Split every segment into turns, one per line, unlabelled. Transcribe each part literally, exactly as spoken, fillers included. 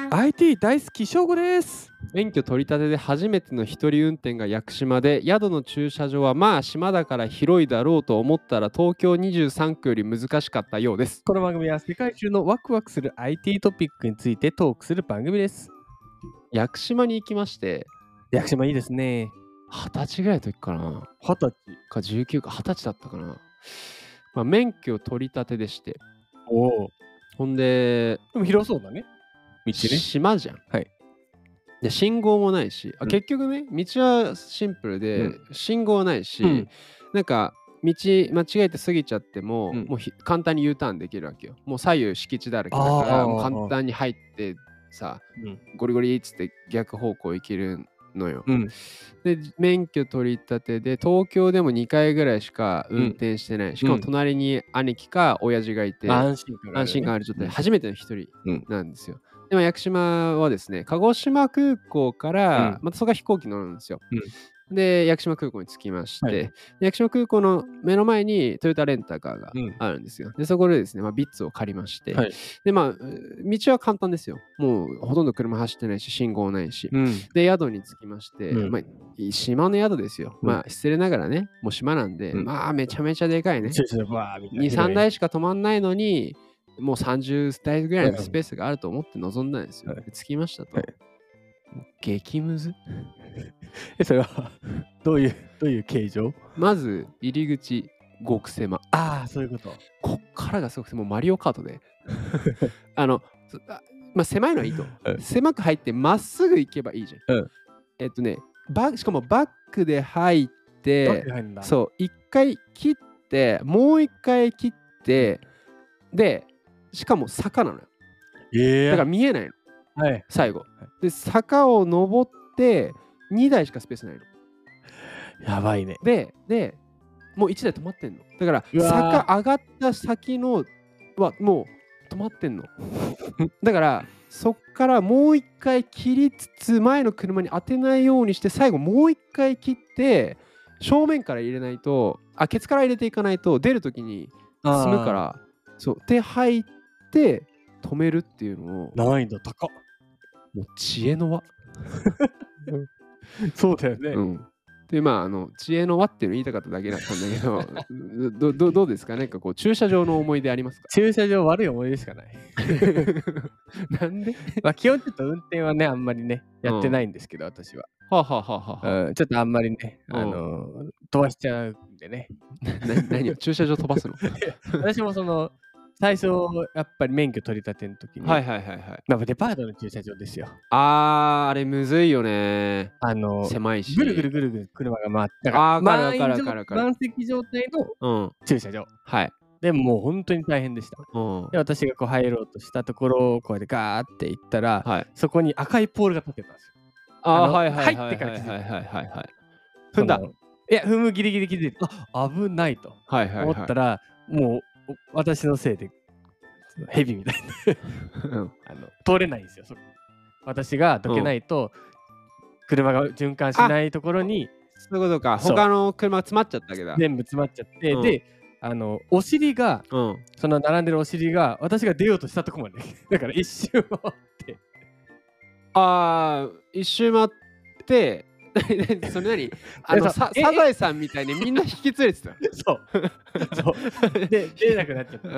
アイティー 大好き翔吾です。
免許取り立てで初めての一人運転が屋久島で、宿の駐車場はまあ島だから広いだろうと思ったら東京にじゅうさんくより難しかったようです。
この番組は世界中のワクワクする アイティー トピックについてトークする番組です。
屋久島に行きまして、
屋久島いいですね。
はたちぐらいの時かな。
はたち
かじゅうきゅうかはたちだったかな。まあ、免許取り立てでして。
おお。
ほんで、
でも広そうだね。道ね。
島じゃん。
はい。
で信号もないし、あ、
うん、
結局ね、道はシンプルで、うん、信号ないし、うん、なんか道間違えて過ぎちゃっても、うん、もう簡単に U ターンできるわけよ。もう左右敷地だらけだからもう簡単に入ってさ、うん、ゴリゴリっつって逆方向行けるのよ。うん、で免許取り立てで東京でもにかいぐらいしか運転してない、うん、しかも隣に兄貴か親父がいて、うん、安心感がある、ね、安心感ある状態で初めての一人なんですよ。でも屋久島はですね、鹿児島空港から、うん、またそこが飛行機乗るんですよ。うん、で、屋久島空港に着きまして、はい、屋久島空港の目の前にトヨタレンタカーがあるんですよ。で、そこでですね、まあ、ビッツを借りまして、はい、で、まあ、道は簡単ですよ。もうほとんど車走ってないし、信号ないし。うん、で、宿に着きまして、うん、まあ、島の宿ですよ。うん、まあ、失礼ながらね、もう島なんで、うん、まあ、めちゃめちゃでかいね。に、さんだいしか止まんないのに、もうさんじゅうだいぐらいのスペースがあると思って臨んだんですよ。はい、着きましたと。はい、激ムズ
え、それはどういう、どういう形状？
まず、入り口、極狭。
ああ、そういうこと。
こっからがすごくて、もうマリオカートで。あの、まあ、狭いのはいいと。うん、狭く入って、まっすぐ行けばいいじゃん。うん、えっとね、バしかもバックで入って、そう、一回切って、もう一回切って、で、しかも坂なのよ。えー、だから見えないの。はい、最後。で、坂を登ってにだいしかスペースないの。
やばいね。
で、で、もういちだい止まってんの。だから坂上がった先のはもう止まってんの。だからそっからもう一回切りつつ前の車に当てないようにして最後もう一回切って正面から入れないと、あ、ケツから入れていかないと出るときに積むから、そう。で、入って止めるっていうのを。
難易度高っ。
もう知恵の輪。
そうだよね。
うん、で、まあ、あの知恵の輪っていうのを言いたかっただけだったんだけど、ど, ど, どうですかね。なんかこう駐車場の思い出ありますか？
駐車場悪い思い出しかない。
なんで？
まあ基本ちょっと運転はね、あんまりね、やってないんですけど、うん、私は。
はあ、はあははあ
うん。ちょっとあんまりね、あのー、飛ばしちゃうんでね。
何を駐車場飛ばすの？
私もその、最初、やっぱり免許取り立ての時に、
はいはいはいはい。
なんかデパートの駐車場ですよ。
あー、あれむずいよね。
あの、
狭いし。
ぐるぐるぐるぐる車が回って、
あー、
満
からからから
満席状態の駐車場。うん、
はい。
でももう本当に大変でした。うん、で、私がこう入ろうとしたところをこうやってガーって行ったら、はい、そこに赤いポールが立ってたんですよ。
あー、はいはい
入ってから気づいた。
はいはいはいはい。
踏んだ。いや、踏むギリギリ気づいて、あ、危ないと思ったら、もう私のせいでヘビみたいなあの通れないんですよ。私がどけないと、車が循環しないところに、
そういうことか。他の車が詰まっちゃったわけだ。
全部詰まっちゃって、うん、で、あのお尻が、うん、その並んでるお尻が私が出ようとしたとこまでだから一周回って
ああ、一周回ってそれ何あのサザエさんみたいにみんな引き連れてた。
そうそうで出れなくなっちゃった、うん、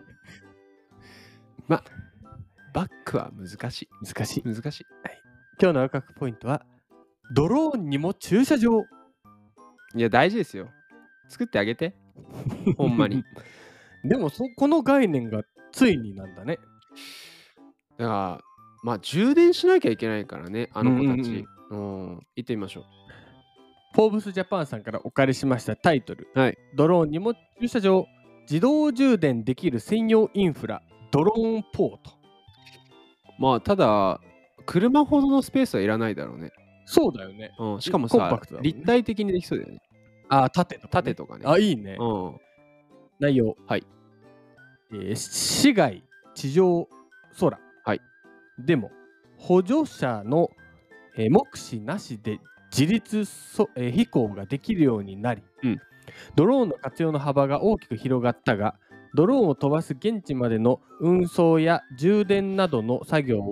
まバックは難しい
難しい
難しい、
はい、今日のワクワクポイントはドローンにも駐車場。
いや大事ですよ。作ってあげてほんまに。
でもそこの概念がついになんだね。
だからまあ充電しなきゃいけないからね、あの子たち。うん、うん、行ってみましょう。
フォーブスジャパンさんからお借りしましたタイトル、
はい、
ドローンにも駐車場、自動充電できる専用インフラ、ドローンポート。
まあただ車ほどのスペースはいらないだろうね。
そうだよね。
うん、しかもさ、コンパクトだもんね、立体的にできそうだよね。
ああ、縦とか、ね、
縦とかね。
あ、いいね。うん、内容、
はい、
えー、市街、地上、空、
はい、
でも補助者の、えー、目視なしで自立、えー、飛行ができるようになり、うん、ドローンの活用の幅が大きく広がったが、ドローンを飛ばす現地までの運送や充電などの作業は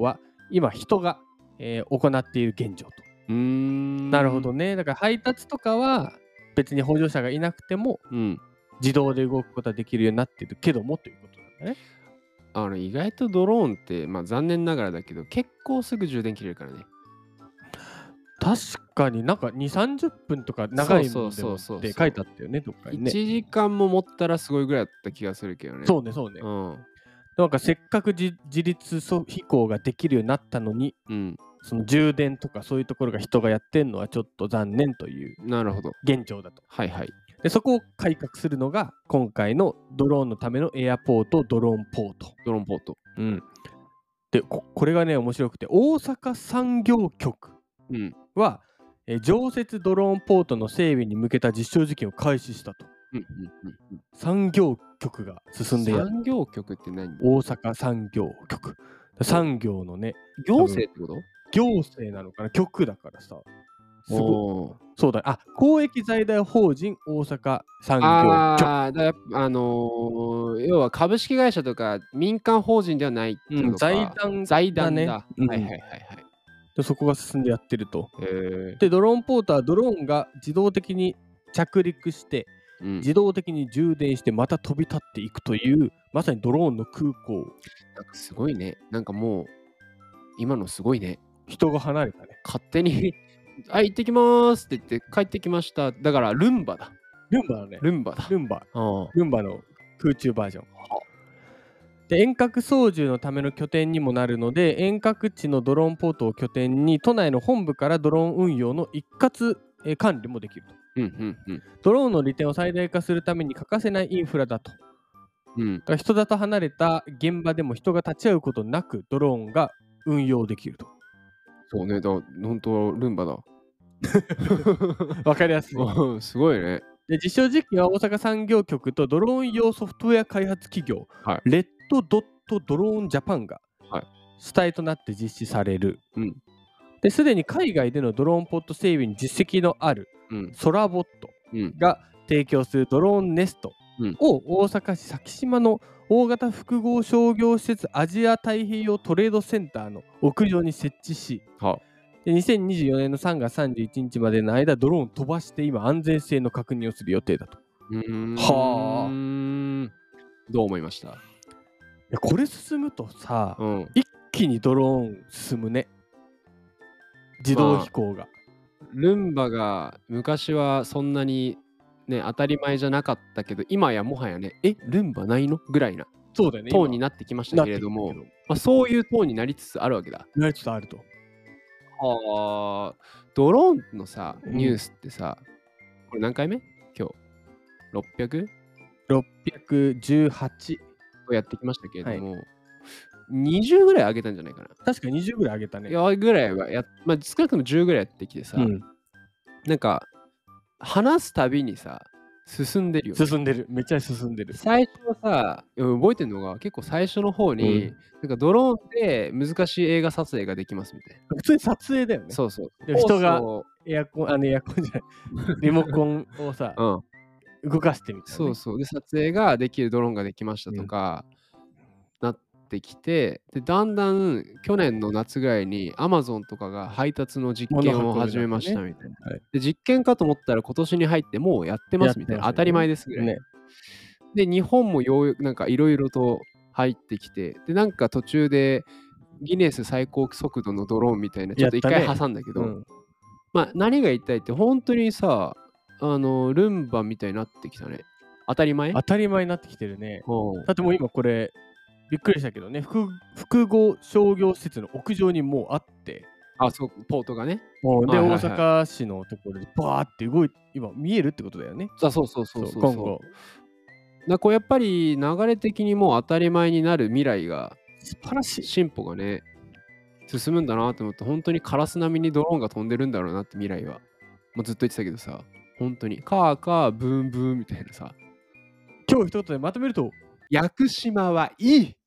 今人が、えー行っている現状と。
うーん。
なるほどね。だから配達とかは別に補助者がいなくても
うん。
自動で動くことができるようになってるけどもということなんだね。
あの意外とドローンって、まあ残念ながらだけど、結構すぐ充電切れるからね。
確かになんかに、さんじゅっぷんとか長いもんでも
そうそうそうそう
って書いてあったよね、どっかにね。
いちじかんも持ったらすごいぐらいだった気がするけどね。
そうね、そうね。
うん。
なんかせっかく自自立そ飛行ができるようになったのに、
うん。
その充電とかそういうところが人がやってんのはちょっと残念という
なるほど。
現状だと。
はいはい。
で、そこを改革するのが今回のドローンのためのエアポート、ドローンポート。
ドローンポート。
うん。で、ここれがね、面白くて、大阪産業局
うん。
は、えー常設ドローンポートの整備に向けた実証実験を開始したと。
うんうんうんうん。
産業局が進んでやる。
産業局って何？
大阪産業局。産業のね、
行政ってこと？
行政なのかな、局だからさ。すごい。
おー
そうだ。あ、公益財団法人大阪産業局。
ああ、だやっぱあのー要は株式会社とか民間法人ではないって
うん、
ことか。
財団
財団だ。
だね。うん
はいはいはいはい。
でそこが進んでやってると。
へえ。
で、ドローンポートはドローンが自動的に着陸して、
うん。
自動的に充電してまた飛び立っていくという、まさにドローンの空港。
なんかすごいね。なんかもう、今のすごいね。
人が離れたね。
勝手にはい、行ってきますって言って帰ってきました。だからルンバだ。
ルンバだね。
ルンバだ。
ルンバ。
ああ。
ルンバの空中バージョン。で遠隔操縦のための拠点にもなるので、遠隔地のドローンポートを拠点に都内の本部からドローン運用の一括えー管理もできると。
うんうんうん。
ドローンの利点を最大化するために欠かせないインフラだと。
うん
だから人里離れた現場でも人が立ち会うことなくドローンが運用できると。
そうね。だ本当ルンバだ。
わかりやすい。
うんすごいね。
で実証実験は大阪産業局とドローン用ソフトウェア開発企業、
はい
レッドドットドローンジャパンが
はい
主体となって実施される。
うん
ですでに海外でのドローンポット整備に実績のある
うん
ソラボット
うん
が提供するドローンネスト
うん
を大阪市咲島の大型複合商業施設アジア太平洋トレードセンターの屋上に設置し、
は
でにせんにじゅうよねんのさんがつさんじゅういちにちまでの間ドローンを飛ばして今安全性の確認をする予定だと。
うーん
は
どう思いました？
いやこれ進むとさ、
うん
一気にドローン進むね。自動飛行が。
ルンバが昔はそんなにね当たり前じゃなかったけど、今やもはやね、えルンバないのぐらいな
そうだよね。
トーンになってきましたけれども、まあ、そういうトーンになりつつあるわけだ。
なりつつあると。
はあ、ドローンのさ、
うん
ニュースってさ、これ何回目今日 ろっぴゃく?
ろっぴゃくじゅうはち。
をやってきましたけれども、にじゅうぐらい上げたんじゃないかな。
確かにじゅうぐらい上げたね。
いやぐらいはや、まあ、少なくともじゅうぐらいやってきてさ、
うん、
なんか話すたびにさ、進んでるよね。
進んでる。めっちゃ進んでる。
最初はさ、覚えてるのが結構最初の方に、
うん
なんかドローンで難しい映画撮影ができますみたいな。
普通に撮影だよね。
そうそう。
でも人が
放送
エアコン、あのエアコンじゃない。リモコンをさ、
うん、
動かしてみたいな、ね。
そうそう。で、撮影ができるドローンができましたとか、なってきて、で、だんだん去年の夏ぐらいに Amazon とかが配達の実験を始めましたみたいな。
はい、
で、実験かと思ったら今年に入ってもうやってますみたいな。当たり前ですぐらい。
ね、
で、日本もようやくなんかいろいろと入ってきて、で、なんか途中でギネス最高速度のドローンみたいな、ちょっと一回挟んだけど、
うん、
まあ何が言いたいって本当にさ、あの、ルンバみたいになってきたね。当たり前
当たり前になってきてるね。
うん、
だってもう今これ、びっくりしたけどね、複, 複合商業施設の屋上にもうあって、
あ、そう、ポートがね。
もうで、
はいはいはい、
大阪市のところでバーって動いて、今見えるってことだよね。
あ、そうそうそうそうそう。
今後。
だこうやっぱり流れ的にもう当たり前になる未来が、
素晴らしい。
進歩がね、進むんだなと思って、本当にカラス並みにドローンが飛んでるんだろうなって未来は。もうずっと言ってたけどさ、本当に、カーカー、ブーンブーンみたいなさ。
今日一言でまとめると、
屋久島はいい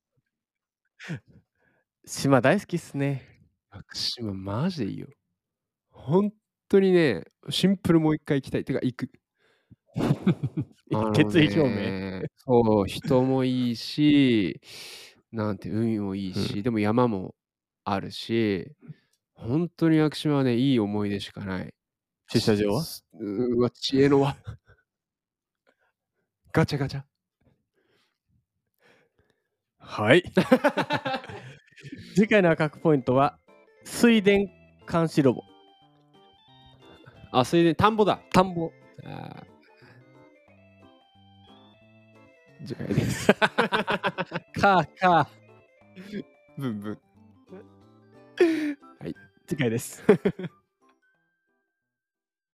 島大好きっすね。
屋久島マジでいいよ。本当にね、シンプルもう一回行きたい。てか行く。
決意表明。
そう、人もいいし、なんて海もいいし、うん、でも山もあるし、本当に屋久島はね、いい思い出しかない。
駐車場は
うーわ、知恵の輪。ガチャガチャ。
はい。次回の赤くポイントは、水田監視ロボ。
あ、水田、田んぼだ。
田んぼ。
あ次回です。
かーか
ブンブン。
ー。はい。次回です。